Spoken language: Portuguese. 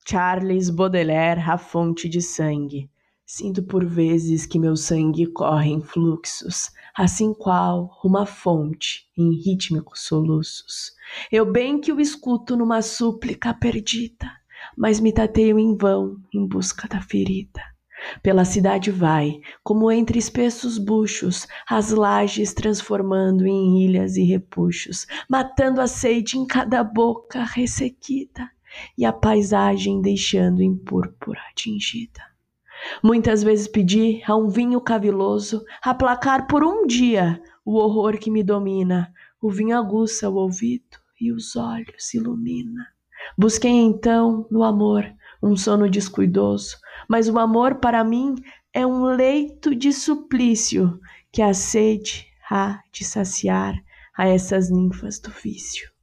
Charles Baudelaire, a fonte de sangue. Sinto por vezes que meu sangue corre em fluxos, assim qual uma fonte em rítmicos soluços. Eu bem que o escuto numa súplica perdida, mas me tateio em vão em busca da ferida. Pela cidade vai, como entre espessos buchos, as lajes transformando em ilhas e repuxos, matando a sede em cada boca ressequida e a paisagem deixando em púrpura tingida. Muitas vezes pedi a um vinho caviloso aplacar por um dia o horror que me domina. O vinho aguça o ouvido e os olhos ilumina. Busquei então no amor um sono descuidoso, mas o amor para mim é um leito de suplício que a sede há de saciar a essas ninfas do vício.